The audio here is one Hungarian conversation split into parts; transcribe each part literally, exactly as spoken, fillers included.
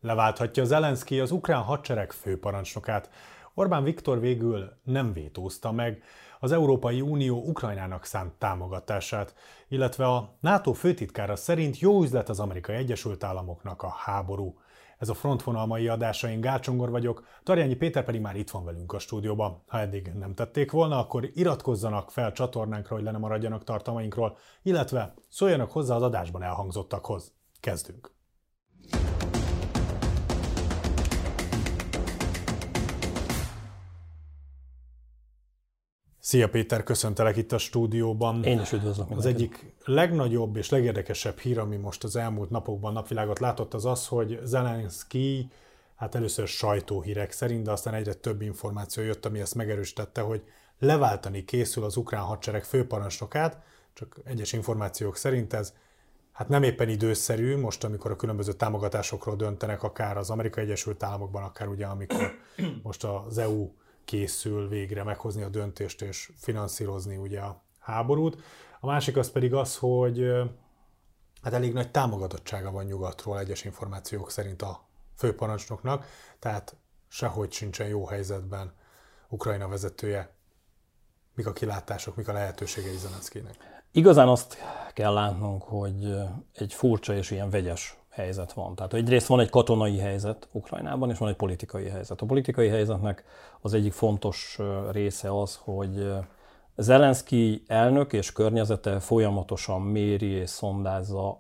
Leválthatja Zelenszkij az ukrán hadsereg főparancsnokát. Orbán Viktor végül nem vétózta meg az Európai Unió Ukrajnának szánt támogatását, illetve a NATO főtitkára szerint jó üzlet az Amerikai Egyesült Államoknak a háború. Ez a Frontvonal mai adásain, Gál Csongor vagyok, Tarjányi Péter pedig már itt van velünk a stúdióban. Ha eddig nem tették volna, akkor iratkozzanak fel csatornánkra, hogy le ne maradjanak tartalmainkról, illetve szóljanak hozzá az adásban elhangzottakhoz. Kezdünk! Szia Péter, köszöntelek itt a stúdióban. Én is üdvözlök mindenkit. Az egyik legnagyobb és legérdekesebb hír, ami most az elmúlt napokban napvilágot látott, az az, hogy Zelenszkij, hát először sajtóhírek szerint, de aztán egyre több információ jött, ami ezt megerősítette, hogy leváltani készül az ukrán hadsereg főparancsnokát, csak egyes információk szerint ez hát nem éppen időszerű, most amikor a különböző támogatásokról döntenek, akár az Amerikai Egyesült Államokban, akár ugye amikor most az é u készül végre meghozni a döntést és finanszírozni ugye a háborút. A másik az pedig az, hogy hát elég nagy támogatottsága van nyugatról egyes információk szerint a főparancsnoknak, tehát sehogy sincsen jó helyzetben Ukrajna vezetője. Mik a kilátások, mik a lehetőségei Zelenszkijnek? Igazán azt kell látnunk, hogy egy furcsa és ilyen vegyes helyzet van. Tehát egyrészt van egy katonai helyzet Ukrajnában, és van egy politikai helyzet. A politikai helyzetnek az egyik fontos része az, hogy Zelenszkij elnök és környezete folyamatosan méri és szondázza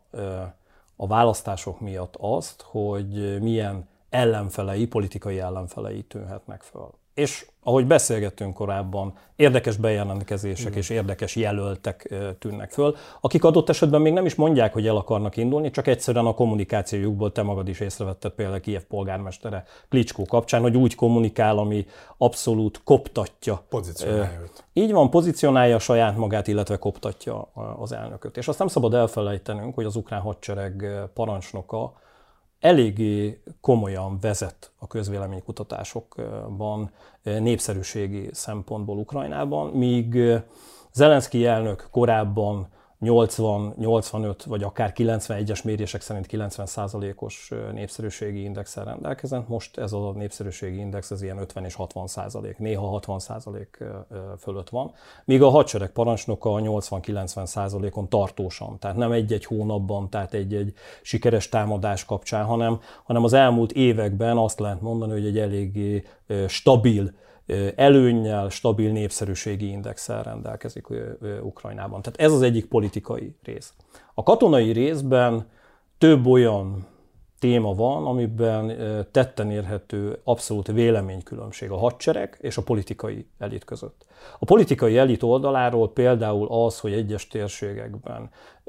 a választások miatt azt, hogy milyen ellenfelei, politikai ellenfelei tűnhetnek föl. És ahogy beszélgettünk korábban, érdekes bejelentkezések mm. és érdekes jelöltek tűnnek föl, akik adott esetben még nem is mondják, hogy el akarnak indulni, csak egyszerűen a kommunikációjukból te magad is észrevetted például Kijev polgármestere Klicskó kapcsán, hogy úgy kommunikál, ami abszolút koptatja. Pozícionálja őt. Így van, pozícionálja saját magát, illetve koptatja az elnököt. És azt nem szabad elfelejtenünk, hogy az ukrán hadsereg parancsnoka eléggé komolyan vezet a közvéleménykutatásokban népszerűségi szempontból Ukrajnában, míg Zelenszkij elnök korábban nyolcvan, nyolcvanöt vagy akár kilencvenegyes mérések szerint kilencven százalékos népszerűségi indexel rendelkezett. Most ez a népszerűségi index az ilyen ötven és hatvan százalék, néha hatvan százalék fölött van, míg a hadsereg parancsnoka nyolcvan-kilencven százalékon tartósan, tehát nem egy-egy hónapban, tehát egy-egy sikeres támadás kapcsán, hanem, hanem az elmúlt években azt lehet mondani, hogy egy eléggé stabil előnnyel, stabil népszerűségi indexel rendelkezik Ukrajnában. Tehát ez az egyik politikai rész. A katonai részben több olyan téma van, amiben tetten érhető abszolút véleménykülönbség a hadsereg és a politikai elit között. A politikai elit oldaláról például az, hogy egyes térségekben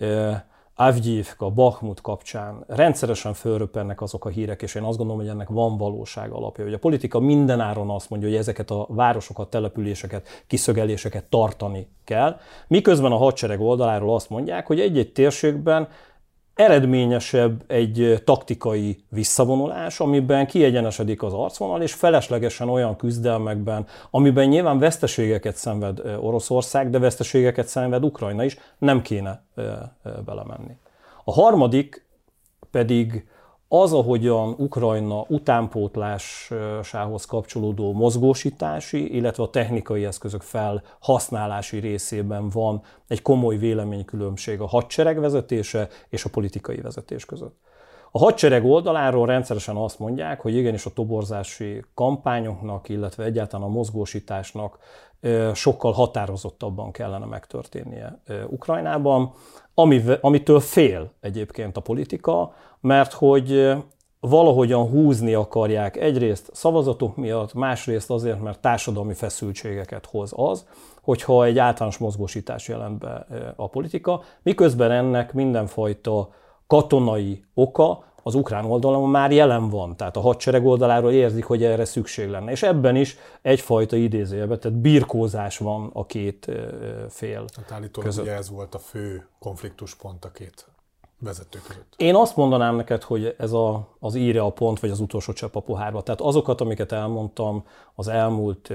Avdyivka, Bakhmut kapcsán rendszeresen fölröppennek azok a hírek, és én azt gondolom, hogy ennek van valóság alapja, hogy a politika mindenáron azt mondja, hogy ezeket a városokat, településeket, kiszögeléseket tartani kell, miközben a hadsereg oldaláról azt mondják, hogy egy-egy térségben eredményesebb egy taktikai visszavonulás, amiben kiegyenesedik az arcvonal, és feleslegesen olyan küzdelmekben, amiben nyilván veszteségeket szenved Oroszország, de veszteségeket szenved Ukrajna is, nem kéne belemenni. A harmadik pedig az, ahogyan Ukrajna utánpótlásához kapcsolódó mozgósítási, illetve a technikai eszközök felhasználási részében van egy komoly véleménykülönbség a hadsereg vezetése és a politikai vezetés között. A hadsereg oldaláról rendszeresen azt mondják, hogy igenis a toborzási kampányoknak, illetve egyáltalán a mozgósításnak sokkal határozottabban kellene megtörténnie Ukrajnában, amitől fél egyébként a politika, mert hogy valahogyan húzni akarják egyrészt szavazatok miatt, másrészt azért, mert társadalmi feszültségeket hoz az, hogyha egy általános mozgósítás jelent be a politika, miközben ennek mindenfajta katonai oka az ukrán oldalon már jelen van, tehát a hadsereg oldaláról érzik, hogy erre szükség lenne. És ebben is egyfajta idézőjelben, tehát birkózás van a két fél hát állítólag között. Ugye ez volt a fő konfliktuspont a két vezető között. Én azt mondanám neked, hogy ez a, az íre a pont, vagy az utolsó csepp a pohárba. Tehát azokat, amiket elmondtam az elmúlt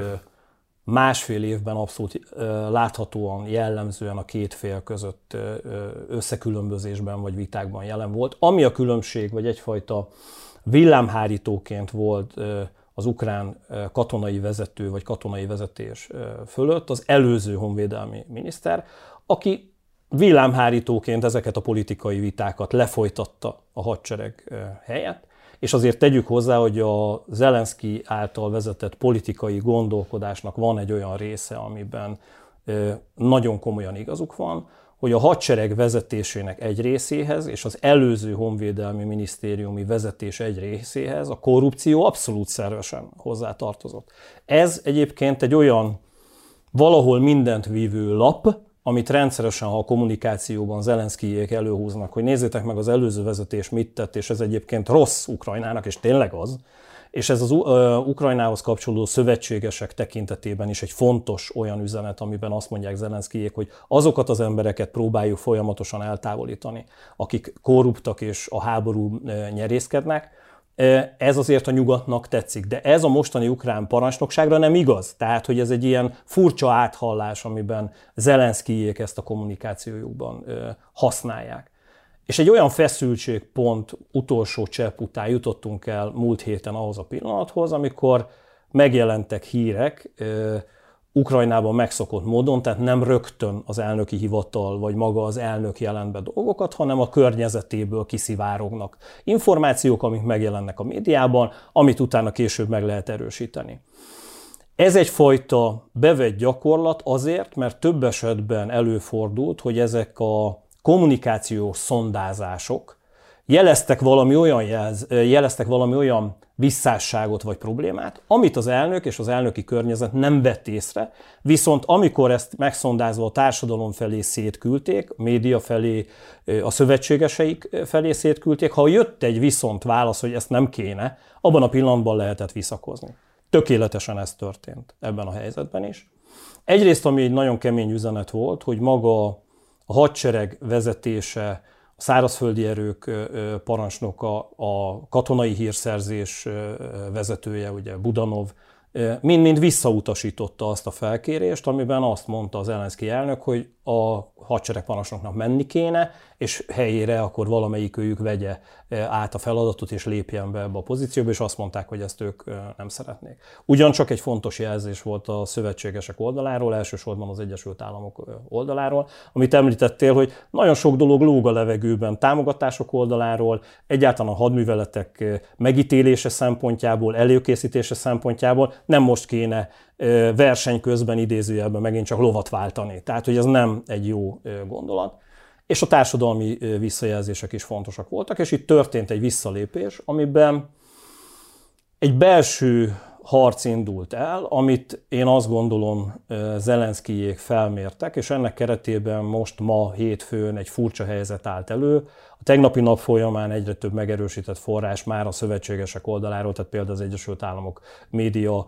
másfél évben abszolút láthatóan, jellemzően a két fél között összekülönbözésben vagy vitákban jelen volt. Ami a különbség, vagy egyfajta villámhárítóként volt az ukrán katonai vezető vagy katonai vezetés fölött az előző honvédelmi miniszter, aki villámhárítóként ezeket a politikai vitákat lefolytatta a hadsereg helyett, és azért tegyük hozzá, hogy a Zelenszkij által vezetett politikai gondolkodásnak van egy olyan része, amiben nagyon komolyan igazuk van, hogy a hadsereg vezetésének egy részéhez és az előző honvédelmi minisztériumi vezetés egy részéhez a korrupció abszolút szervesen hozzátartozott. Ez egyébként egy olyan valahol mindent vívő lap, amit rendszeresen, ha a kommunikációban Zelenszkijék előhúznak, hogy nézzétek meg az előző vezetés mit tett, és ez egyébként rossz Ukrajnának, és tényleg az, és ez az Ukrajnához kapcsolódó szövetségesek tekintetében is egy fontos olyan üzenet, amiben azt mondják Zelenszkijék, hogy azokat az embereket próbáljuk folyamatosan eltávolítani, akik korruptak és a háború nyerészkednek. Ez azért a nyugatnak tetszik, de ez a mostani ukrán parancsnokságra nem igaz. Tehát, hogy ez egy ilyen furcsa áthallás, amiben Zelenszkijék ezt a kommunikációjukban használják. És egy olyan feszültségpont utolsó csepp után jutottunk el múlt héten ahhoz a pillanathoz, amikor megjelentek hírek Ukrajnában megszokott módon, tehát nem rögtön az elnöki hivatal vagy maga az elnök jelent be dolgokat, hanem a környezetéből kiszivárognak információk, amik megjelennek a médiában, amit utána később meg lehet erősíteni. Ez egyfajta bevett gyakorlat azért, mert több esetben előfordult, hogy ezek a kommunikációs szondázások jeleztek valami olyan, jelz, jeleztek valami olyan visszásságot vagy problémát, amit az elnök és az elnöki környezet nem vett észre, viszont amikor ezt megszondázva a társadalom felé szétküldték, a média felé, a szövetségeseik felé szétküldték, ha jött egy viszont válasz, hogy ezt nem kéne, abban a pillanatban lehetett visszakozni. Tökéletesen ez történt ebben a helyzetben is. Egyrészt, ami egy nagyon kemény üzenet volt, hogy maga a hadsereg vezetése, a szárazföldi erők parancsnoka, a katonai hírszerzés vezetője, ugye Budanov, mind-mind visszautasította azt a felkérést, amiben azt mondta az Zelenszkij elnök, hogy a hadseregparancsnoknak menni kéne, és helyére akkor valamelyikőjük vegye át a feladatot, és lépjen be ebbe a pozícióba, és azt mondták, hogy ezt ők nem szeretnék. Ugyancsak egy fontos jelzés volt a szövetségesek oldaláról, elsősorban az Egyesült Államok oldaláról, amit említettél, hogy nagyon sok dolog lóg a levegőben támogatások oldaláról, egyáltalán a hadműveletek megítélése szempontjából, előkészítése szempontjából nem most kéne verseny közben idézőjelben megint csak lovat váltani. Tehát, hogy ez nem egy jó gondolat. És a társadalmi visszajelzések is fontosak voltak, és itt történt egy visszalépés, amiben egy belső harc indult el, amit én azt gondolom Zelenszkijék felmértek, és ennek keretében most ma hétfőn egy furcsa helyzet állt elő. A tegnapi nap folyamán egyre több megerősített forrás már a szövetségesek oldaláról, tehát például az Egyesült Államok média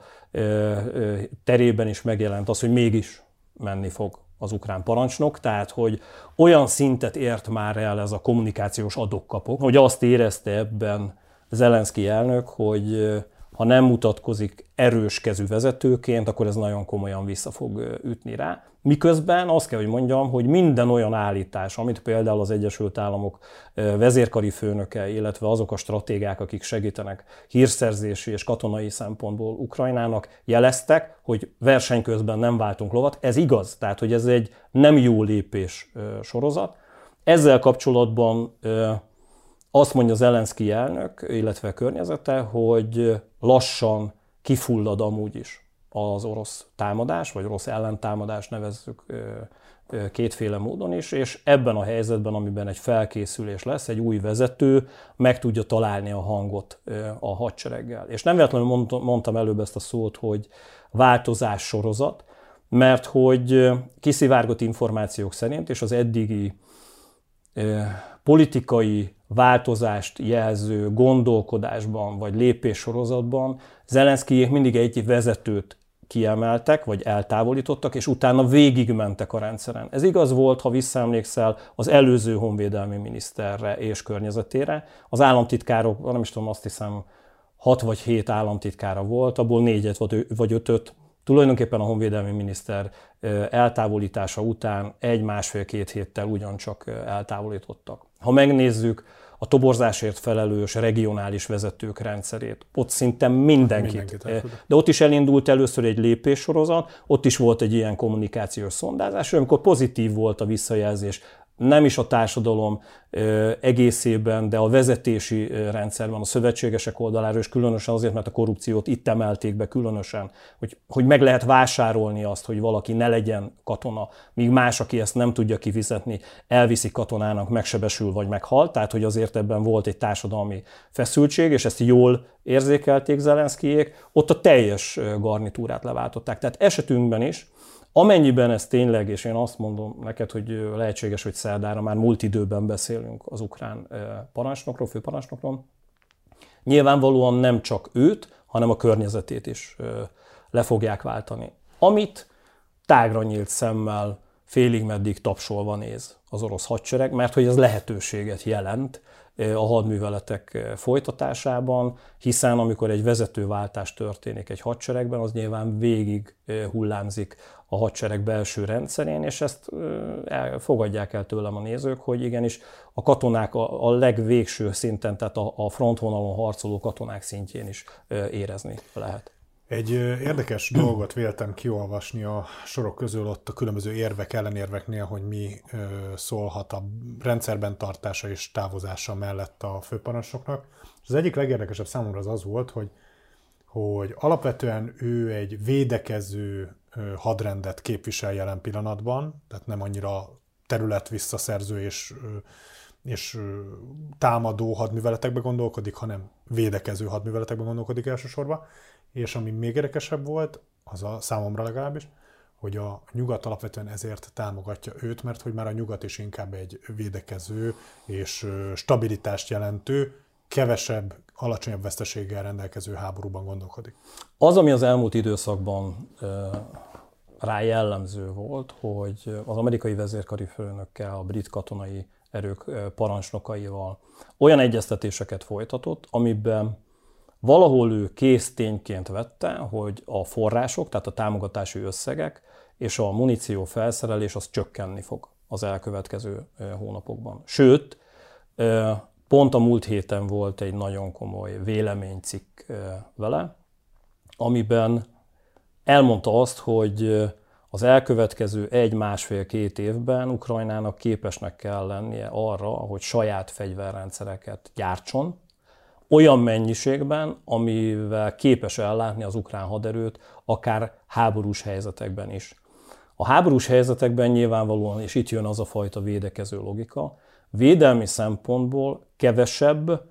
terében is megjelent az, hogy mégis menni fog az ukrán parancsnok, tehát hogy olyan szintet ért már el ez a kommunikációs adok-kapok, hogy azt érezte ebben Zelenszkij elnök, hogy ha nem mutatkozik erős kezű vezetőként, akkor ez nagyon komolyan vissza fog ütni rá. Miközben azt kell, hogy mondjam, hogy minden olyan állítás, amit például az Egyesült Államok vezérkari főnöke, illetve azok a stratégák, akik segítenek hírszerzési és katonai szempontból Ukrajnának, jeleztek, hogy verseny közben nem váltunk lovat. Ez igaz, tehát hogy ez egy nem jó lépés sorozat. Ezzel kapcsolatban azt mondja Zelenszkij elnök, illetve a környezete, hogy lassan kifullad amúgy is az orosz támadás, vagy orosz ellentámadás, nevezzük kétféle módon is, és ebben a helyzetben, amiben egy felkészülés lesz, egy új vezető meg tudja találni a hangot a hadsereggel. És nem véletlenül mondtam előbb ezt a szót, hogy változás sorozat, mert hogy kiszivárgott információk szerint, és az eddigi politikai változást jelző gondolkodásban vagy lépéssorozatban Zelenszkijék mindig egy vezetőt kiemeltek, vagy eltávolítottak, és utána végigmentek a rendszeren. Ez igaz volt, ha visszaemlékszel, az előző honvédelmi miniszterre és környezetére. Az államtitkárok, nem is tudom, azt hiszem, hat vagy hét államtitkára volt, abból négyet vagy ötöt tulajdonképpen a honvédelmi miniszter eltávolítása után egy, másfél-két héttel ugyancsak eltávolítottak. Ha megnézzük a toborzásért felelős regionális vezetők rendszerét. Ott szinte mindenkit. mindenkit De ott is elindult először egy lépéssorozat, ott is volt egy ilyen kommunikációs szondázás, amikor pozitív volt a visszajelzés, nem is a társadalom egészében, de a vezetési rendszerben, a szövetségesek oldaláról, és különösen azért, mert a korrupciót itt emelték be különösen, hogy, hogy meg lehet vásárolni azt, hogy valaki ne legyen katona, míg más, aki ezt nem tudja kifizetni, elviszi katonának, megsebesül vagy meghal, tehát hogy azért ebben volt egy társadalmi feszültség, és ezt jól érzékelték Zelenszkijék, ott a teljes garnitúrát leváltották. Tehát esetünkben is, amennyiben ez tényleg, és én azt mondom neked, hogy lehetséges, hogy szerdára már múlt időben beszélünk az ukrán parancsnokról, főparancsnokról, nyilvánvalóan nem csak őt, hanem a környezetét is le fogják váltani. Amit tágra nyílt szemmel, félig meddig tapsolva néz az orosz hadsereg, mert hogy ez lehetőséget jelent a hadműveletek folytatásában, hiszen amikor egy vezetőváltás történik egy hadseregben, az nyilván végig hullámzik a hadsereg belső rendszerén, és ezt fogadják el tőlem a nézők, hogy igenis a katonák a legvégső szinten, tehát a frontvonalon harcoló katonák szintjén is érezni lehet. Egy érdekes dolgot véltem kiolvasni a sorok közül ott a különböző érvek, ellenérveknél, hogy mi szólhat a rendszerben tartása és távozása mellett a főparancsnoknak. Az egyik legérdekesebb számomra az az volt, hogy, hogy alapvetően ő egy védekező hadrendet képvisel jelen pillanatban, tehát nem annyira területvisszaszerző és, és támadó hadműveletekbe gondolkodik, hanem védekező hadműveletekbe gondolkodik elsősorban. És ami még érdekesebb volt, az a számomra legalábbis, hogy a nyugat alapvetően ezért támogatja őt, mert hogy már a nyugat is inkább egy védekező és stabilitást jelentő, kevesebb, alacsonyabb veszteséggel rendelkező háborúban gondolkodik. Az, ami az elmúlt időszakban rá jellemző volt, hogy az amerikai vezérkari főnökkel, a brit katonai erők parancsnokaival olyan egyeztetéseket folytatott, amiben valahol ő kész tényként vette, hogy a források, tehát a támogatási összegek és a muníció felszerelés az csökkenni fog az elkövetkező hónapokban. Sőt, pont a múlt héten volt egy nagyon komoly véleménycikk vele, amiben elmondta azt, hogy az elkövetkező egy-másfél-két évben Ukrajnának képesnek kell lennie arra, hogy saját fegyverrendszereket gyártson, olyan mennyiségben, amivel képes ellátni az ukrán haderőt, akár háborús helyzetekben is. A háborús helyzetekben nyilvánvalóan, és itt jön az a fajta védekező logika, védelmi szempontból kevesebb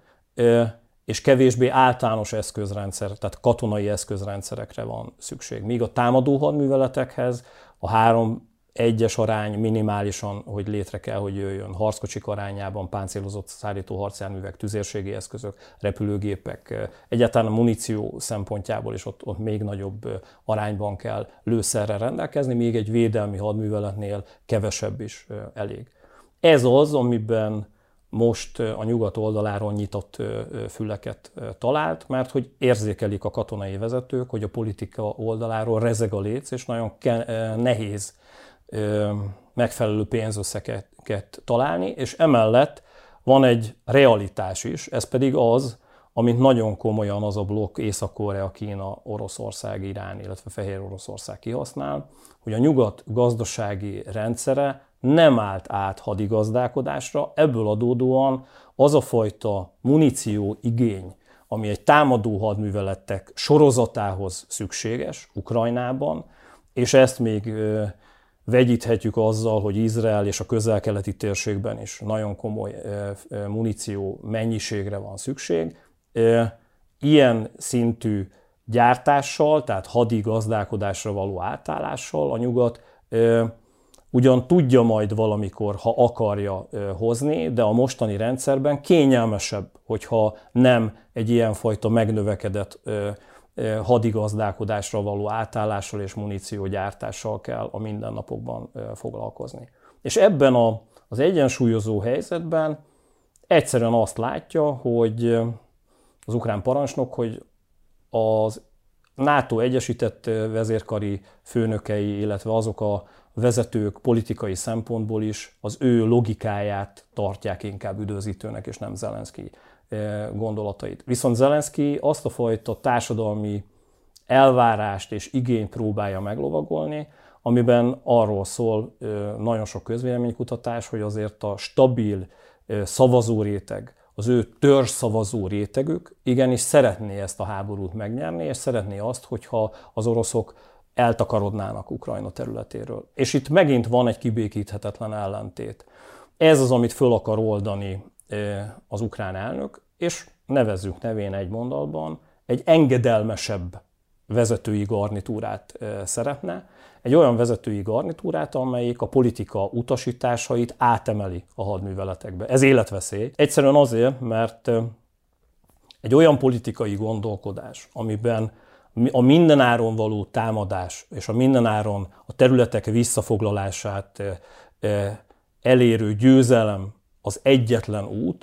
és kevésbé általános eszközrendszer, tehát katonai eszközrendszerekre van szükség. Míg a támadó hadműveletekhez a három egyes arány minimálisan, hogy létre kell, hogy jöjjön harckocsik arányában, páncélozott szállító harcjárművek, tüzérségi eszközök, repülőgépek, egyáltalán a muníció szempontjából is ott, ott még nagyobb arányban kell lőszerrel rendelkezni, még egy védelmi hadműveletnél kevesebb is elég. Ez az, amiben most a nyugat oldaláról nyitott füleket talált, mert hogy érzékelik a katonai vezetők, hogy a politika oldaláról rezeg a léc, és nagyon nehéz megfelelő pénzösszegeket találni, és emellett van egy realitás is, ez pedig az, amit nagyon komolyan az a blokk Észak-Korea, Kína, Oroszország, Irán, illetve Fehér Oroszország kihasznál, hogy a nyugat gazdasági rendszere nem állt át hadigazdálkodásra, ebből adódóan az a fajta muníció igény, ami egy támadó hadműveletek sorozatához szükséges Ukrajnában, és ezt még vegyíthetjük azzal, hogy Izrael és a közel-keleti térségben is nagyon komoly muníció mennyiségre van szükség. Ilyen szintű gyártással, tehát hadi gazdálkodásra való átállással a nyugat ugyan tudja majd valamikor, ha akarja hozni, de a mostani rendszerben kényelmesebb, hogyha nem egy ilyenfajta megnövekedett hadigazdálkodásra való átállással és muníciógyártással kell a mindennapokban foglalkozni. És ebben a, az egyensúlyozó helyzetben egyszerűen azt látja, hogy az ukrán parancsnok, hogy az NATO egyesített vezérkari főnökei, illetve azok a vezetők politikai szempontból is az ő logikáját tartják inkább üdvözítőnek, és nem Zelenszky gondolatait. Viszont Zelenszky azt a fajta társadalmi elvárást és igényt próbálja meglovagolni, amiben arról szól nagyon sok közvéleménykutatás, hogy azért a stabil szavazóréteg, az ő törzsszavazó rétegük igenis szeretné ezt a háborút megnyerni, és szeretné azt, hogyha az oroszok eltakarodnának Ukrajna területéről. És itt megint van egy kibékíthetetlen ellentét. Ez az, amit föl akar oldani az ukrán elnök, és nevezzük nevén egy mondatban, egy engedelmesebb vezetői garnitúrát szeretne, egy olyan vezetői garnitúrát, amelyik a politika utasításait átemeli a hadműveletekbe. Ez életveszély. Egyszerűen azért, mert egy olyan politikai gondolkodás, amiben a mindenáron való támadás és a mindenáron a területek visszafoglalását elérő győzelem az egyetlen út,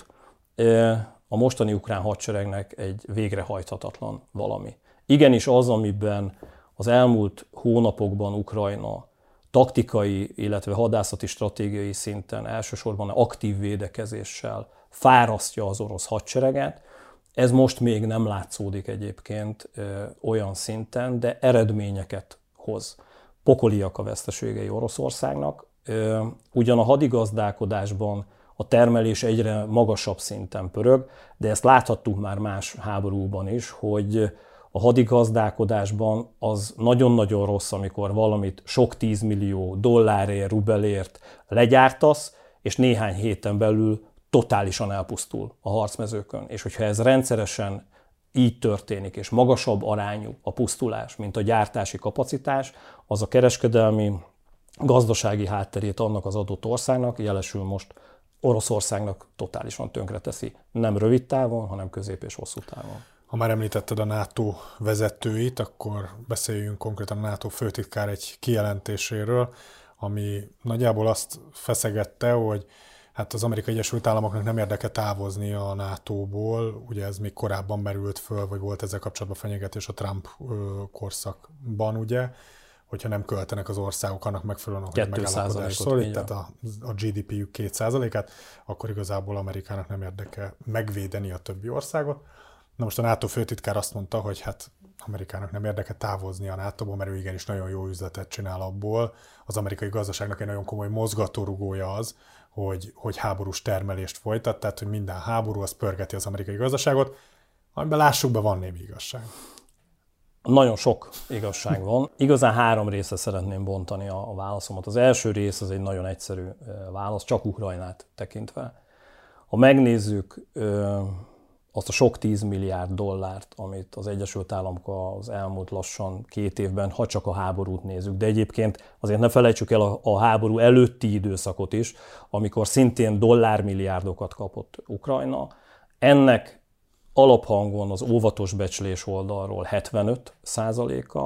a mostani ukrán hadseregnek egy végrehajthatatlan valami. Igenis az, amiben az elmúlt hónapokban Ukrajna taktikai, illetve hadászati stratégiai szinten elsősorban aktív védekezéssel fárasztja az orosz hadsereget. Ez most még nem látszódik egyébként ö, olyan szinten, de eredményeket hoz. Pokoliak a veszteségei Oroszországnak. Ö, ugyan a hadigazdálkodásban a termelés egyre magasabb szinten pörög, de ezt láthattuk már más háborúban is, hogy a hadigazdálkodásban az nagyon-nagyon rossz, amikor valamit sok tízmillió dollárért, rubelért legyártasz, és néhány héten belül totálisan elpusztul a harcmezőkön. És hogyha ez rendszeresen így történik, és magasabb arányú a pusztulás, mint a gyártási kapacitás, az a kereskedelmi, gazdasági hátterét annak az adott országnak, jelesül most Oroszországnak totálisan tönkreteszi. Nem rövid távon, hanem közép és hosszú távon. Ha már említetted a NATO vezetőit, akkor beszéljünk konkrétan a NATO főtitkár egy kijelentéséről, ami nagyjából azt feszegette, hogy hát az Amerikai Egyesült Államoknak nem érdeke távozni a nátóból, ugye ez még korábban merült föl, vagy volt ezzel kapcsolatban fenyegetés a Trump korszakban, ugye, hogyha nem költenek az országok annak megfelelően, hogy megállapodást szólít, tehát a, a gé dé pé-jük két százalékát, akkor igazából Amerikának nem érdeke megvédeni a többi országot. Na most a NATO főtitkár azt mondta, hogy hát Amerikának nem érdeke távozni a nátóból, mert ő igenis nagyon jó üzletet csinál abból. Az amerikai gazdaságnak egy nagyon komoly mozgatórugója az, hogy, hogy háborús termelést folytat, tehát hogy minden háború az pörgeti az amerikai gazdaságot, amiben lássuk be, van némi igazság. Nagyon sok igazság van. Igazán három részre szeretném bontani a, a válaszomat. Az első rész az egy nagyon egyszerű válasz, csak Ukrajnát tekintve. Ha megnézzük azt a sok tízmilliárd dollárt, amit az Egyesült Államok az elmúlt lassan két évben, ha csak a háborút nézzük, de egyébként azért ne felejtsük el a, a háború előtti időszakot is, amikor szintén dollármilliárdokat kapott Ukrajna. Ennek alaphangon az óvatos becslés oldalról hetvenöt százaléka,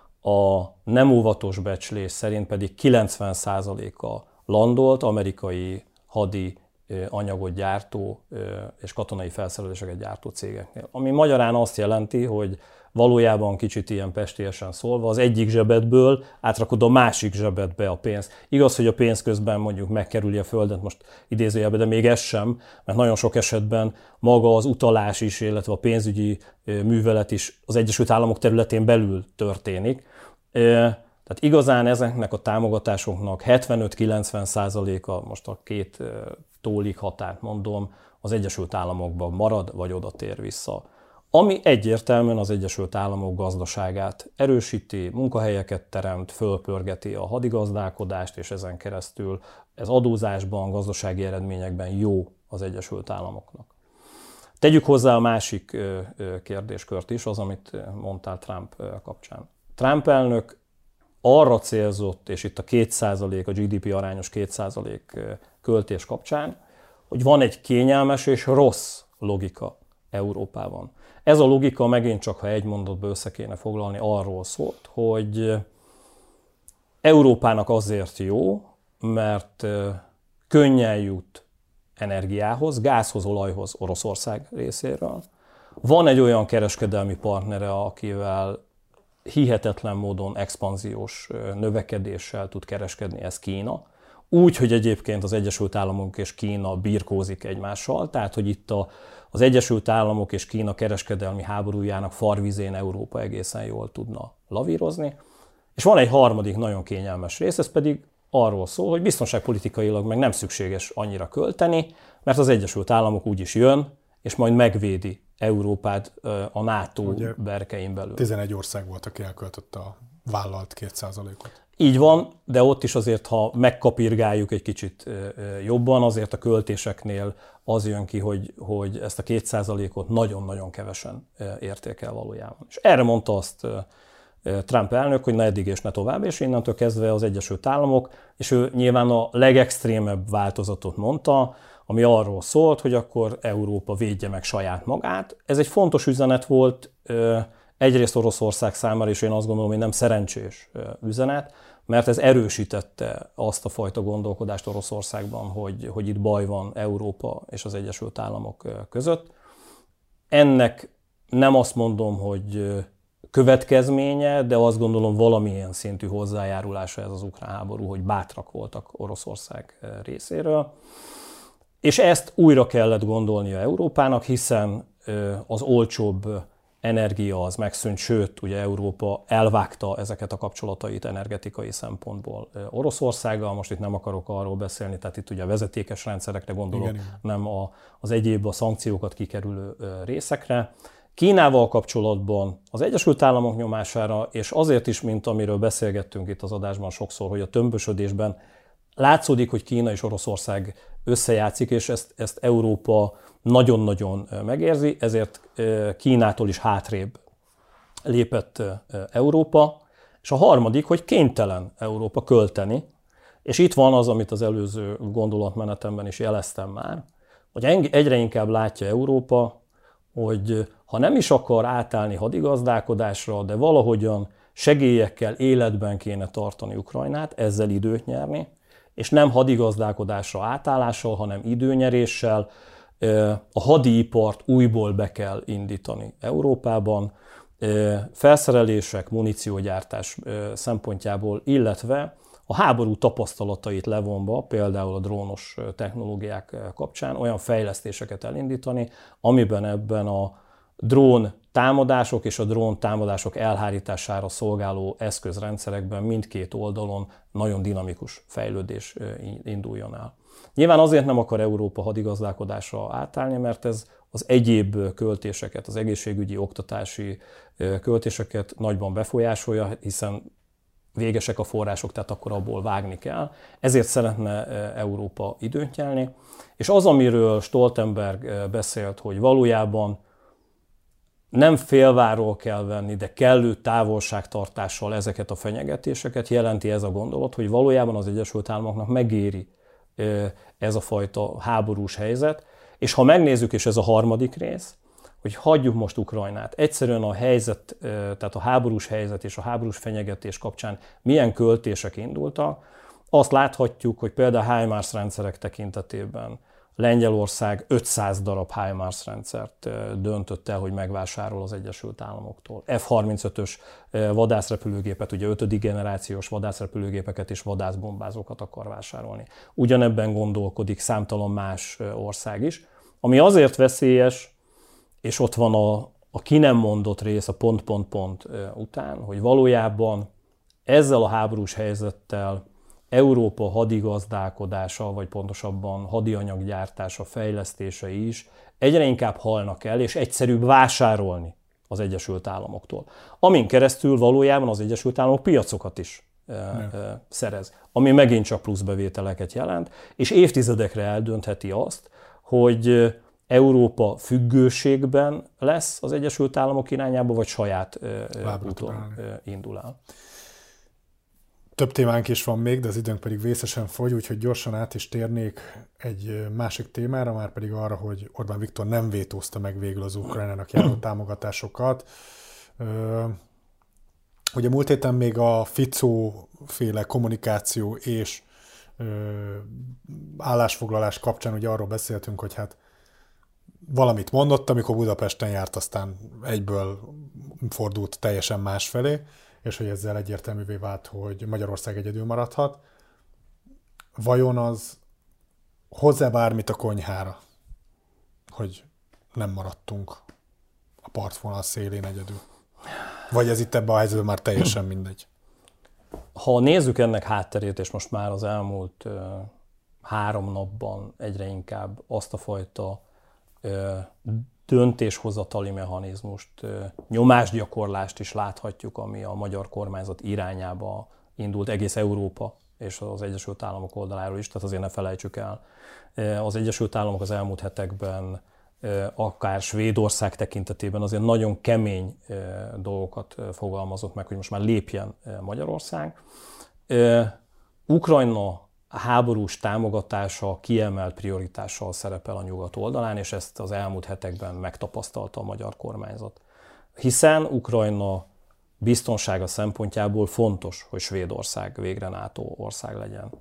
a nem óvatos becslés szerint pedig kilencven százaléka landolt amerikai hadi anyagot gyártó és katonai felszereléseket gyártó cégeknél. Ami magyarán azt jelenti, hogy valójában kicsit ilyen pestélyesen szólva az egyik zsebedből átrakod a másik zsebedbe a pénzt. Igaz, hogy a pénz közben mondjuk megkerüli a földet, most idézőjelben, de még ez sem, mert nagyon sok esetben maga az utalás is, illetve a pénzügyi művelet is az Egyesült Államok területén belül történik. Tehát igazán ezeknek a támogatásoknak hetvenöt-kilencven százaléka, most a két tólig határt mondom, az Egyesült Államokban marad, vagy oda tér vissza. Ami egyértelműen az Egyesült Államok gazdaságát erősíti, munkahelyeket teremt, fölpörgeti a hadigazdálkodást, és ezen keresztül ez adózásban, gazdasági eredményekben jó az Egyesült Államoknak. Tegyük hozzá a másik kérdéskört is, az, amit mondtál Trump kapcsán. Trump elnök arra célzott, és itt a két százalék, a gé dé pé arányos két százalék költés kapcsán, hogy van egy kényelmes és rossz logika Európában. Ez a logika megint csak, ha egy mondatba össze kéne foglalni, arról szólt, hogy Európának azért jó, mert könnyen jut energiához, gázhoz, olajhoz Oroszország részéről. Van egy olyan kereskedelmi partnere, akivel hihetetlen módon expanziós növekedéssel tud kereskedni, ez Kína. Úgy, hogy egyébként az Egyesült Államok és Kína birkózik egymással, tehát hogy itt a, az Egyesült Államok és Kína kereskedelmi háborújának farvizén Európa egészen jól tudna lavírozni. És van egy harmadik nagyon kényelmes rész, ez pedig arról szól, hogy biztonságpolitikailag meg nem szükséges annyira költeni, mert az Egyesült Államok úgyis jön, és majd megvédi Európát a NATO ugye berkein belül. tizenegy ország volt, aki elköltötte a vállalt két százalékot. Így van, de ott is azért, ha megkapirgáljuk egy kicsit jobban, azért a költéseknél az jön ki, hogy, hogy ezt a két százalékot nagyon-nagyon kevesen érték el valójában. És erre mondta azt Trump elnök, hogy ne eddig és ne tovább, és innentől kezdve az Egyesült Államok, és ő nyilván a legextrémebb változatot mondta, ami arról szólt, hogy akkor Európa védje meg saját magát. Ez egy fontos üzenet volt, egyrészt Oroszország számára, és én azt gondolom, hogy nem szerencsés üzenet, mert ez erősítette azt a fajta gondolkodást Oroszországban, hogy, hogy itt baj van Európa és az Egyesült Államok között. Ennek nem azt mondom, hogy következménye, de azt gondolom valamilyen szintű hozzájárulása ez az ukrán háború, hogy bátrak voltak Oroszország részéről. És ezt újra kellett gondolnia Európának, hiszen az olcsóbb energia az megszűnt, sőt, ugye Európa elvágta ezeket a kapcsolatait energetikai szempontból Oroszországgal, most itt nem akarok arról beszélni, tehát itt ugye a vezetékes rendszerekre gondolok, igen, igen. nem a, az egyéb a szankciókat kikerülő részekre. Kínával kapcsolatban az Egyesült Államok nyomására, és azért is, mint amiről beszélgettünk itt az adásban sokszor, hogy a tömbösödésben látszódik, hogy Kína és Oroszország összejátszik, és ezt, ezt Európa nagyon-nagyon megérzi, ezért Kínától is hátrébb lépett Európa. És a harmadik, hogy kénytelen Európa költeni, és itt van az, amit az előző gondolatmenetemben is jeleztem már, hogy egyre inkább látja Európa, hogy ha nem is akar átállni hadigazdálkodásra, de valahogyan segélyekkel életben kéne tartani Ukrajnát, ezzel időt nyerni, és nem hadigazdálkodásra átállással, hanem időnyeréssel a hadipart újból be kell indítani Európában, felszerelések, muníciógyártás szempontjából, illetve a háború tapasztalatait levonva, például a drónos technológiák kapcsán olyan fejlesztéseket elindítani, amiben ebben a drón támadások és a drón támadások elhárítására szolgáló eszközrendszerekben mindkét oldalon nagyon dinamikus fejlődés induljon el. Nyilván azért nem akar Európa hadigazdálkodásra átállni, mert ez az egyéb költéseket, az egészségügyi, oktatási költéseket nagyban befolyásolja, hiszen végesek a források, tehát akkor abból vágni kell. Ezért szeretne Európa időt nyelni. És az, amiről Stoltenberg beszélt, hogy valójában nem félváról kell venni, de kellő távolságtartással ezeket a fenyegetéseket, jelenti ez a gondolat, hogy valójában az Egyesült Államoknak megéri ez a fajta háborús helyzet. És ha megnézzük, és ez a harmadik rész, hogy hagyjuk most Ukrajnát. Egyszerűen a helyzet, tehát a háborús helyzet és a háborús fenyegetés kapcsán milyen költések indultak, azt láthatjuk, hogy például a HIMARS rendszerek tekintetében Lengyelország ötszáz darab HIMARS rendszert döntött el, hogy megvásárol az Egyesült Államoktól. F harmincötös vadászrepülőgépet, ugye ötödik generációs vadászrepülőgépeket és vadászbombázókat akar vásárolni. Ugyanebben gondolkodik számtalan más ország is, ami azért veszélyes, és ott van a, a ki nem mondott rész a pont-pont-pont után, hogy valójában ezzel a háborús helyzettel Európa hadigazdálkodása, vagy pontosabban hadianyaggyártása, fejlesztései is egyre inkább halnak el, és egyszerűbb vásárolni az Egyesült Államoktól. Amin keresztül valójában az Egyesült Államok piacokat is e, e, szerez, ami megint csak plusz bevételeket jelent, és évtizedekre eldöntheti azt, hogy Európa függőségben lesz az Egyesült Államok irányába, vagy saját e, úton e, indul el. Több témánk is van még, de az időnk pedig vészesen fogy, úgyhogy gyorsan át is térnék egy másik témára, már pedig arra, hogy Orbán Viktor nem vétózta meg végül az Ukrajnának járó támogatásokat. Ugye múlt héten még a Ficó-féle kommunikáció és állásfoglalás kapcsán ugye arról beszéltünk, hogy hát valamit mondott, amikor Budapesten járt, aztán egyből fordult teljesen másfelé, és hogy ezzel egyértelművé vált, hogy Magyarország egyedül maradhat. Vajon az hozzá bármit a konyhára, hogy nem maradtunk a partvonal szélén egyedül? Vagy ez itt ebben a helyzetben már teljesen mindegy? Ha nézzük ennek hátterét, és most már az elmúlt uh, három napban egyre inkább azt a fajta uh, döntéshozatali mechanizmust, uh, nyomásgyakorlást is láthatjuk, ami a magyar kormányzat irányába indult, egész Európa és az Egyesült Államok oldaláról is, tehát azért ne felejtsük el. Uh, az Egyesült Államok az elmúlt hetekben akár Svédország tekintetében azért nagyon kemény dolgokat fogalmazott meg, hogy most már lépjen Magyarország. Ukrajna háborús támogatása kiemelt prioritással szerepel a nyugat oldalán, és ezt az elmúlt hetekben megtapasztalta a magyar kormányzat. Hiszen Ukrajna biztonsága szempontjából fontos, hogy Svédország végre NATO ország legyen.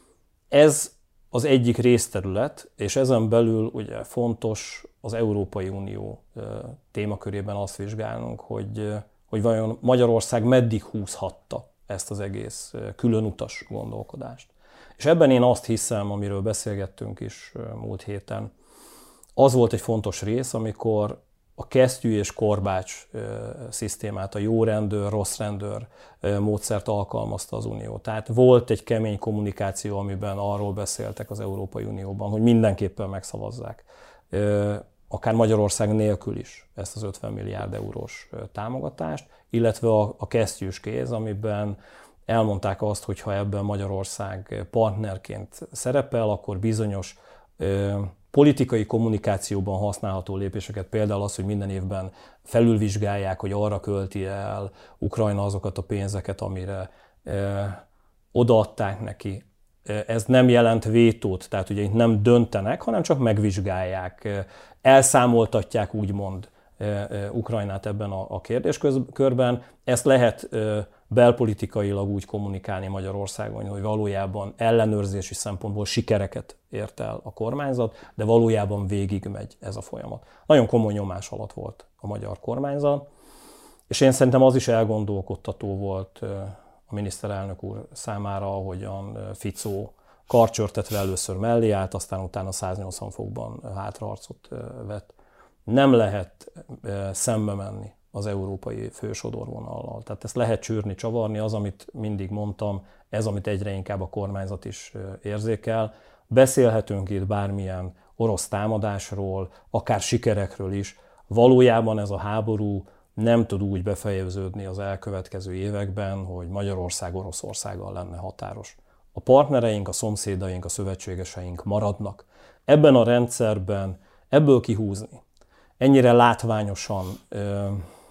Ez az egyik részterület, és ezen belül ugye fontos az Európai Unió témakörében azt vizsgálnunk, hogy, hogy vajon Magyarország meddig húzhatta ezt az egész különutas gondolkodást. És ebben én azt hiszem, amiről beszélgettünk is múlt héten, az volt egy fontos rész, amikor a kesztyű és korbács szisztémát, a jó rendőr, rossz rendőr módszert alkalmazta az Unió. Tehát volt egy kemény kommunikáció, amiben arról beszéltek az Európai Unióban, hogy mindenképpen megszavazzák, akár Magyarország nélkül is ezt az ötven milliárd eurós támogatást, illetve a, a kesztyűs kéz, amiben elmondták azt, hogy ha ebben Magyarország partnerként szerepel, akkor bizonyos politikai kommunikációban használható lépéseket, például az, hogy minden évben felülvizsgálják, hogy arra költi el Ukrajna azokat a pénzeket, amire e, odaadták neki. Ez nem jelent vétót, tehát ugye itt nem döntenek, hanem csak megvizsgálják, elszámoltatják úgymond e, e, Ukrajnát ebben a, a kérdéskörben. Ezt lehet e, belpolitikailag úgy kommunikálni Magyarországon, hogy valójában ellenőrzési szempontból sikereket ért el a kormányzat, de valójában végigmegy ez a folyamat. Nagyon komoly nyomás alatt volt a magyar kormányzat, és én szerintem az is elgondolkodtató volt a miniszterelnök úr számára, ahogyan Ficó karcsörtetve először mellé állt, aztán utána száznyolcvan fokban hátraarcot vett. Nem lehet szembe menni az európai fősodorvonallal. Tehát ezt lehet csűrni, csavarni, az, amit mindig mondtam, ez, amit egyre inkább a kormányzat is érzékel. Beszélhetünk itt bármilyen orosz támadásról, akár sikerekről is. Valójában ez a háború nem tud úgy befejeződni az elkövetkező években, hogy Magyarország Oroszországgal lenne határos. A partnereink, a szomszédaink, a szövetségeseink maradnak. Ebben a rendszerben ebből kihúzni, ennyire látványosan ö,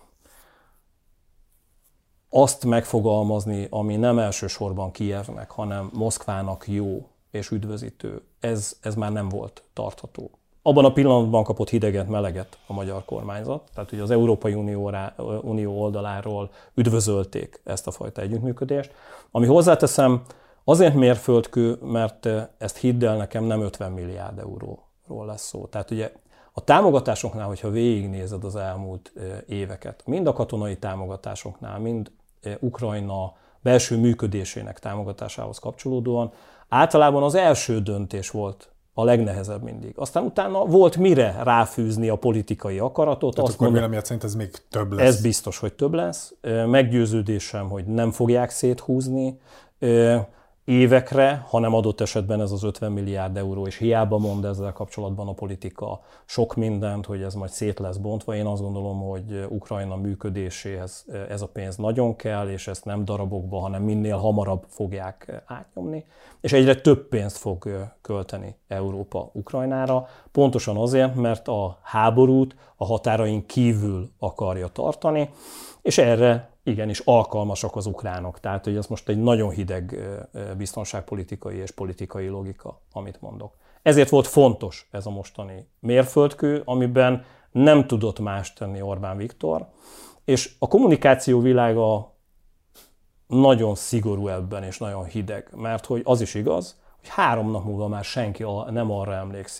azt megfogalmazni, ami nem elsősorban Kijevnek, hanem Moszkvának jó és üdvözítő, ez, ez már nem volt tartható. Abban a pillanatban kapott hideget, meleget a magyar kormányzat, tehát ugye az Európai Unió, Unió oldaláról üdvözölték ezt a fajta együttműködést. Ami hozzáteszem, azért mérföldkő, mert ezt hidd el nekem, nem ötven milliárd euróról lesz szó. Tehát ugye a támogatásoknál, hogyha végignézed az elmúlt éveket, mind a katonai támogatásoknál, mind Ukrajna belső működésének támogatásához kapcsolódóan, általában az első döntés volt a legnehezebb mindig. Aztán utána volt mire ráfűzni a politikai akaratot. Tehát azt akkor mondom, véleményed szerint ez még több lesz? Ez biztos, hogy több lesz. Meggyőződésem, hogy nem fogják széthúzni évekre, hanem adott esetben ez az ötven milliárd euró, és hiába mond ezzel kapcsolatban a politika sok mindent, hogy ez majd szét lesz bontva. Én azt gondolom, hogy Ukrajna működéséhez ez a pénz nagyon kell, és ezt nem darabokba, hanem minél hamarabb fogják átnyomni, és egyre több pénzt fog költeni Európa Ukrajnára, pontosan azért, mert a háborút a határain kívül akarja tartani, és erre igenis alkalmasak az ukránok. Tehát, hogy ez most egy nagyon hideg biztonságpolitikai és politikai logika, amit mondok. Ezért volt fontos ez a mostani mérföldkő, amiben nem tudott más tenni Orbán Viktor, és a kommunikáció világa nagyon szigorú ebben, és nagyon hideg, mert hogy az is igaz, hogy három nap múlva már senki nem arra emlékszik,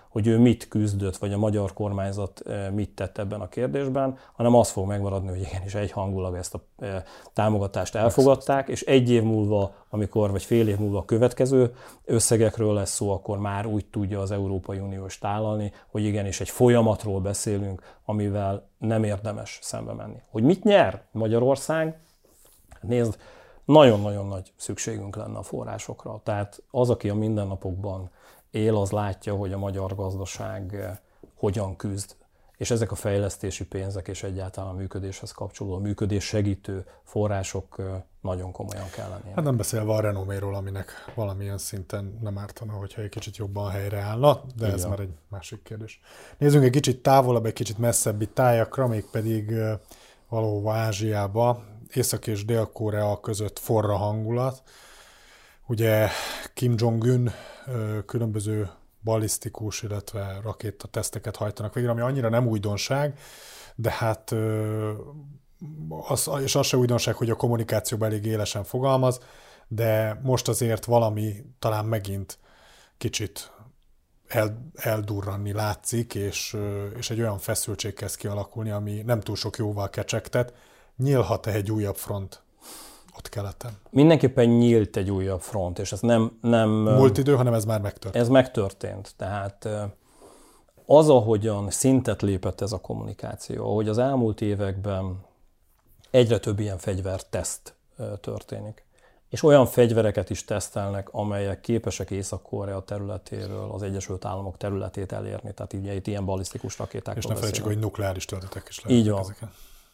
hogy ő mit küzdött, vagy a magyar kormányzat mit tett ebben a kérdésben, hanem az fog megmaradni, hogy igenis egyhangulag ezt a támogatást elfogadták, és egy év múlva, amikor, vagy fél év múlva a következő összegekről lesz szó, akkor már úgy tudja az Európai Unió is tálalni, hogy igenis egy folyamatról beszélünk, amivel nem érdemes szembe menni. Hogy mit nyer Magyarország? Nézd, nagyon-nagyon nagy szükségünk lenne a forrásokra. Tehát az, aki a mindennapokban él, az látja, hogy a magyar gazdaság hogyan küzd. És ezek a fejlesztési pénzek és egyáltalán a működéshez kapcsolódó, a működés segítő források nagyon komolyan kell lenni. Hát nem beszélve a renoméról, aminek valamilyen szinten nem ártana, hogyha egy kicsit jobban helyreállna, de ez Igen. már egy másik kérdés. Nézzünk egy kicsit távolabb, egy kicsit messzebbi tájakra, mégpedig valahova Ázsiába. Észak- és Dél-Korea között forra hangulat. Ugye Kim Jong-un különböző ballisztikus, illetve rakétateszteket hajtanak végre, ami annyira nem újdonság, de hát az, és az se újdonság, hogy a kommunikációban elég élesen fogalmaz, de most azért valami talán megint kicsit el, eldurranni látszik, és, és egy olyan feszültség kezd kialakulni, ami nem túl sok jóval kecsegtet. Nyílhat-e egy újabb front ott keleten? Mindenképpen nyílt egy újabb front, és ez nem... nem múlt idő, hanem ez már megtörtént. Ez megtörtént. Tehát az, ahogyan szintet lépett ez a kommunikáció, ahogy az elmúlt években egyre több ilyen fegyverteszt történik, és olyan fegyvereket is tesztelnek, amelyek képesek Észak-Korea területéről az Egyesült Államok területét elérni. Tehát ugye itt ilyen ballisztikus rakétákról És ne felejtsük, hogy nukleáris töltetek is lehetnek. Így van. Ezeken.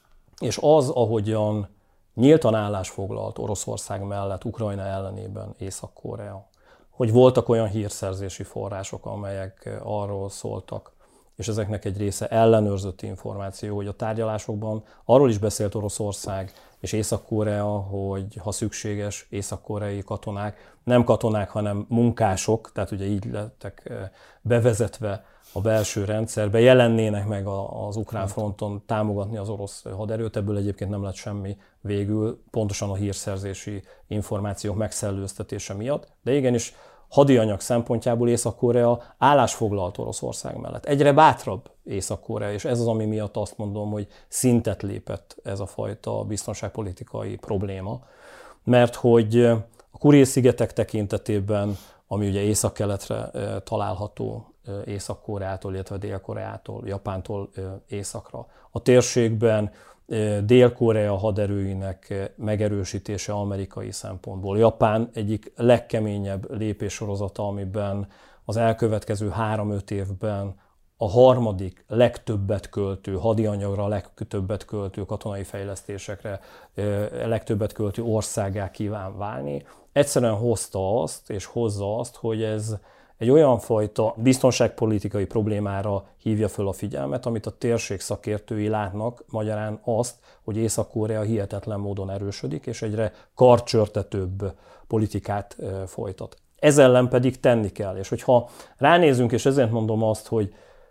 És az, ahogyan nyíltan állásfoglalt Oroszország mellett Ukrajna ellenében Észak-Korea, hogy voltak olyan hírszerzési források, amelyek arról szóltak, és ezeknek egy része ellenőrzött információ, hogy a tárgyalásokban arról is beszélt Oroszország és Észak-Korea, hogy ha szükséges, észak-koreai katonák, nem katonák, hanem munkások, tehát ugye így lettek bevezetve a belső rendszerbe, jelennének meg az ukrán fronton támogatni az orosz haderőt, ebből egyébként nem lett semmi végül, pontosan a hírszerzési információk megszellőztetése miatt, de igenis hadianyag szempontjából Észak-Korea állásfoglalt Oroszország mellett. Egyre bátrabb Észak-Korea, és ez az, ami miatt azt mondom, hogy szintet lépett ez a fajta biztonságpolitikai probléma, mert hogy a Kuril-szigetek tekintetében, ami ugye észak-keletre található, Észak-Koreától, illetve Dél-Koreától, Japántól északra. A térségben Dél-Korea haderőinek megerősítése amerikai szempontból. Japán egyik legkeményebb lépéssorozata, amiben az elkövetkező három-öt évben a harmadik legtöbbet költő, hadianyagra a legtöbbet költő, katonai fejlesztésekre legtöbbet költő országgá kíván válni. Egyszerűen hozta azt, és hozza azt, hogy ez egy olyan fajta biztonságpolitikai problémára hívja föl a figyelmet, amit a térség szakértői látnak, magyarán azt, hogy Észak-Korea hihetetlen módon erősödik, és egyre karcsörtetőbb politikát folytat. Ez ellen pedig tenni kell. És hogyha ránézünk, és ezért mondom azt, hogy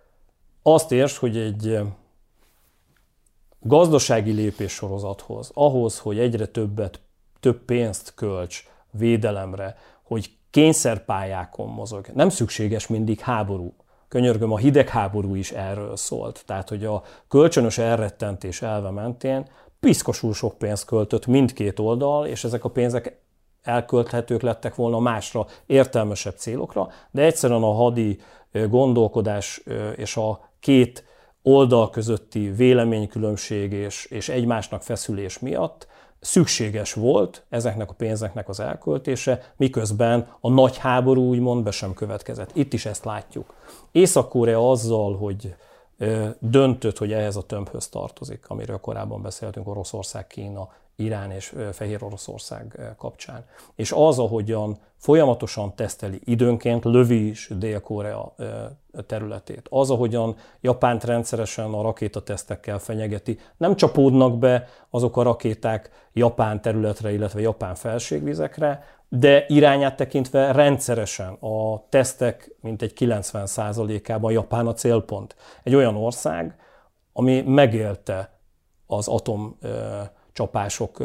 azt értsd, hogy egy gazdasági lépéssorozathoz, ahhoz, hogy egyre többet, több pénzt költs védelemre, hogy kényszerpályákon mozog. Nem szükséges mindig háború. Könyörgöm, a hidegháború is erről szólt. Tehát, hogy a kölcsönös elrettentés elve mentén piszkosul sok pénzt költött mindkét oldal, és ezek a pénzek elkölthetők lettek volna másra, értelmesebb célokra, de egyszerűen a hadi gondolkodás és a két oldal közötti véleménykülönbség és, és egymásnak feszülés miatt szükséges volt ezeknek a pénzeknek az elköltése, miközben a nagy háború úgymond be sem következett. Itt is ezt látjuk. Észak-Korea azzal, hogy döntött, hogy ehhez a tömbhöz tartozik, amiről korábban beszéltünk, Oroszország, Kína, Irán és Fehér Oroszország kapcsán. És az, ahogyan folyamatosan teszteli, időnként lövi is Dél-Korea területét. Az, ahogyan Japánt rendszeresen a rakétatesztekkel fenyegeti, nem csapódnak be azok a rakéták Japán területre, illetve Japán felségvizekre, de irányát tekintve rendszeresen a tesztek mintegy kilencven százalékában Japán a célpont. Egy olyan ország, ami megélte az atom csapások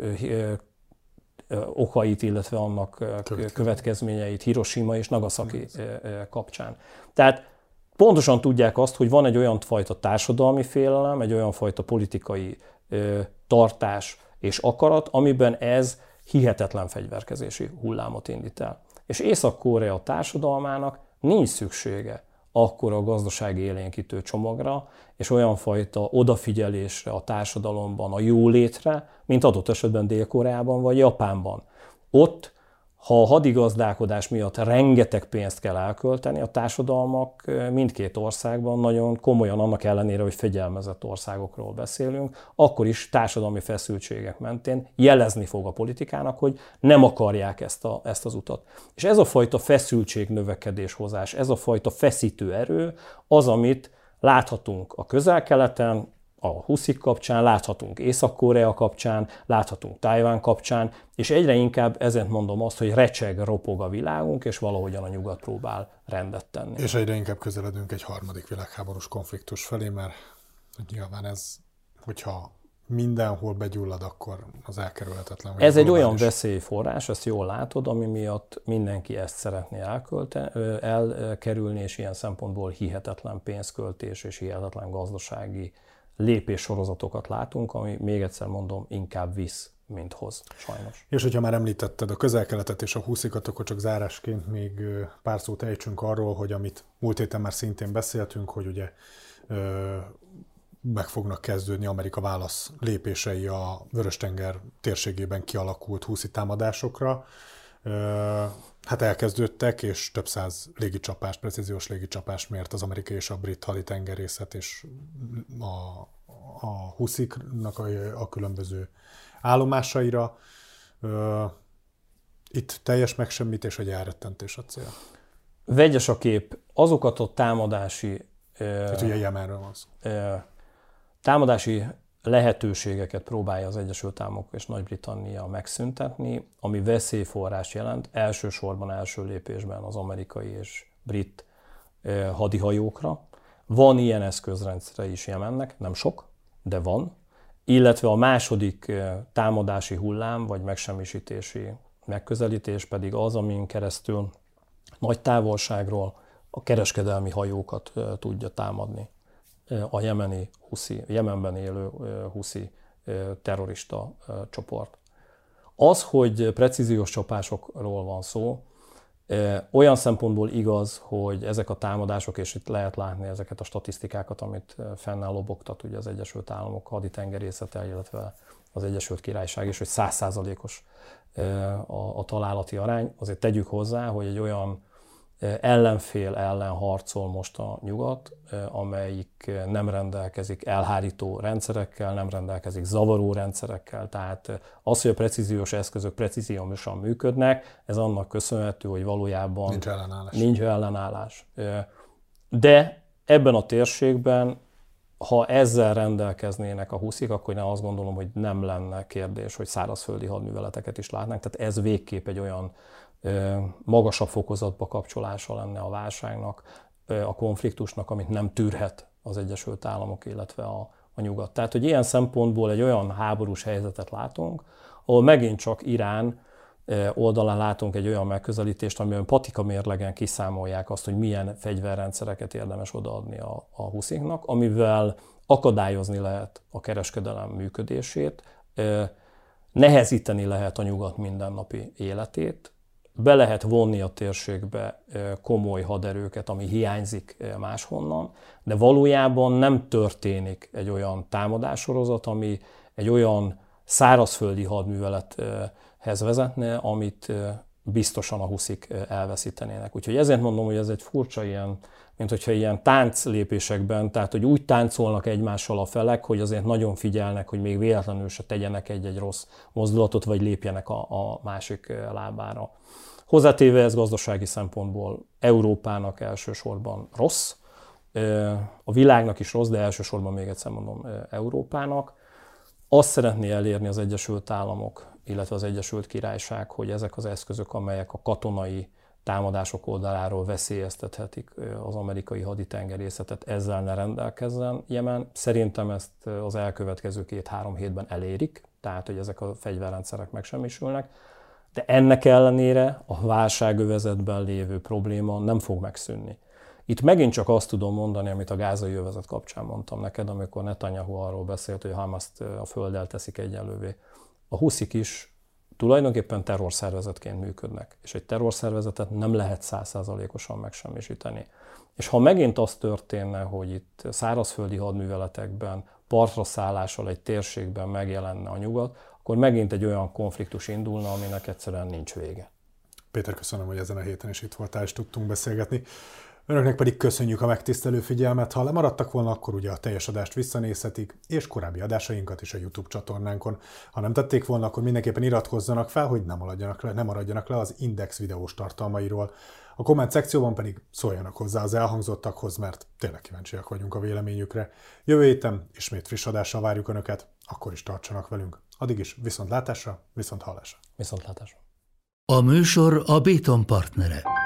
okait, illetve annak következményeit Hiroshima és Nagasaki kapcsán. Tehát pontosan tudják azt, hogy van egy olyan fajta társadalmi félelem, egy olyan fajta politikai ö, tartás és akarat, amiben ez hihetetlen fegyverkezési hullámot indít el. És Észak-Korea társadalmának nincs szüksége akkora a gazdasági élénkítő csomagra, és olyan fajta odafigyelésre a társadalomban, a jólétre, mint adott esetben Dél-Koreában vagy Japánban. Ott, ha a hadigazdálkodás miatt rengeteg pénzt kell elkölteni, a társadalmak mindkét országban nagyon komolyan, annak ellenére, hogy fegyelmezett országokról beszélünk, akkor is társadalmi feszültségek mentén jelezni fog a politikának, hogy nem akarják ezt, a, ezt az utat. És ez a fajta feszültségnövekedéshozás, ez a fajta feszítő erő az, amit láthatunk a Közel-Keleten, a huszik kapcsán, láthatunk Észak-Korea kapcsán, láthatunk Tajván kapcsán, és egyre inkább ezért mondom azt, hogy recseg, ropog a világunk, és valahogyan a nyugat próbál rendet tenni. És egyre inkább közeledünk egy harmadik világháborús konfliktus felé, mert nyilván ez, hogyha mindenhol begyullad, akkor az elkerülhetetlen. Ez egy olyan veszélyforrás, ezt jól látod, ami miatt mindenki ezt szeretné elkölte, elkerülni, és ilyen szempontból hihetetlen pénzköltés és hihetetlen gazdasági lépéssorozatokat látunk, ami még egyszer mondom, inkább visz, mint hoz, sajnos. És hogyha már említetted a Közel-Keletet és a huszikat, akkor csak zárásként még pár szót ejtsünk arról, hogy amit múlt héten már szintén beszéltünk, hogy ugye ö, meg fognak kezdődni Amerika válasz lépései a Vörös-tenger térségében kialakult huszi támadásokra. Ö, hát elkezdődtek, és több száz légicsapás, precíziós légicsapás mért az amerikai és a brit haditengerészet és a, a husziknak a, a különböző állomásaira. Ö, itt teljes megsemmités vagy elrettentés a cél? Vegyes a kép. Azokat a támadási, itt ugye Jemenről van szó. támadási lehetőségeket próbálja az Egyesült Államok és Nagy-Britannia megszüntetni, ami veszélyforrás jelent, elsősorban első lépésben az amerikai és brit hadihajókra. Van ilyen eszközrendszere is Jemennek, nem sok, de van. Illetve a második támadási hullám, vagy megsemmisítési megközelítés pedig az, amin keresztül nagy távolságról a kereskedelmi hajókat tudja támadni a jemeni huszi, Jemenben élő huszi terrorista csoport. Az, hogy precíziós csapásokról van szó, olyan szempontból igaz, hogy ezek a támadások, és itt lehet látni ezeket a statisztikákat, amit fennáll lobogtat ugye az Egyesült Államok haditengerészete, illetve az Egyesült Királyság is, hogy száz százalékos a, a találati arány. Azért tegyük hozzá, hogy egy olyan ellenfél ellen harcol most a nyugat, amelyik nem rendelkezik elhárító rendszerekkel, nem rendelkezik zavaró rendszerekkel, tehát az, hogy a precíziós eszközök precíziósan működnek, ez annak köszönhető, hogy valójában nincs ellenállás. Nincs ellenállás. De ebben a térségben, ha ezzel rendelkeznének a huszik, akkor én azt gondolom, hogy nem lenne kérdés, hogy szárazföldi hadműveleteket is látnánk, tehát ez végképp egy olyan magasabb fokozatba kapcsolása lenne a válságnak, a konfliktusnak, amit nem tűrhet az Egyesült Államok, illetve a, a nyugat. Tehát, hogy ilyen szempontból egy olyan háborús helyzetet látunk, ahol megint csak Irán oldalán látunk egy olyan megközelítést, amiben patika mérlegen kiszámolják azt, hogy milyen fegyverrendszereket érdemes odaadni a, a husziknak, amivel akadályozni lehet a kereskedelem működését, nehezíteni lehet a nyugat mindennapi életét, be lehet vonni a térségbe komoly haderőket, ami hiányzik máshonnan, de valójában nem történik egy olyan támadássorozat, ami egy olyan szárazföldi hadművelethez vezetne, amit biztosan a huszik elveszítenének. Úgyhogy ezért mondom, hogy ez egy furcsa ilyen, mint hogyha ilyen tánclépésekben, tehát hogy úgy táncolnak egymással a felek, hogy azért nagyon figyelnek, hogy még véletlenül se tegyenek egy-egy rossz mozdulatot, vagy lépjenek a, a másik lábára. Hozzátéve ez gazdasági szempontból Európának elsősorban rossz, a világnak is rossz, de elsősorban még egyszer mondom Európának. Azt szeretné elérni az Egyesült Államok, illetve az Egyesült Királyság, hogy ezek az eszközök, amelyek a katonai támadások oldaláról veszélyeztethetik az amerikai haditengerészetet, ezzel ne rendelkezzen Jemen. Szerintem ezt az elkövetkező két-három hétben elérik, tehát hogy ezek a fegyverrendszerek megsemmisülnek. De ennek ellenére a válságövezetben lévő probléma nem fog megszűnni. Itt megint csak azt tudom mondani, amit a gázai övezet kapcsán mondtam neked, amikor Netanyahu arról beszélt, hogy Hamaszt a földdel teszik egyenlővé. A huszik is tulajdonképpen terrorszervezetként működnek, és egy terrorszervezetet nem lehet száz százalékosan megsemmisíteni. És ha megint az történne, hogy itt szárazföldi hadműveletekben, partra szállással egy térségben megjelenne a nyugat, akkor megint egy olyan konfliktus indulna, aminek egyszerűen nincs vége. Péter, köszönöm, hogy ezen a héten is itt voltál, és tudtunk beszélgetni. Önöknek pedig köszönjük a megtisztelő figyelmet. Ha lemaradtak volna, akkor ugye a teljes adást visszanézhetik, és korábbi adásainkat is a YouTube csatornánkon. Ha nem tették volna, akkor mindenképpen iratkozzanak fel, hogy nem maradjanak le, nem maradjanak le az Index videós tartalmairól. A komment szekcióban pedig szóljanak hozzá az elhangzottakhoz, mert tényleg kíváncsiak vagyunk a véleményükre. Jövő héten ismét friss adással várjuk Önöket, akkor is tartsanak velünk. Addig is viszontlátásra, viszonthallásra. Viszontlátásra. A műsor a Béton partnere.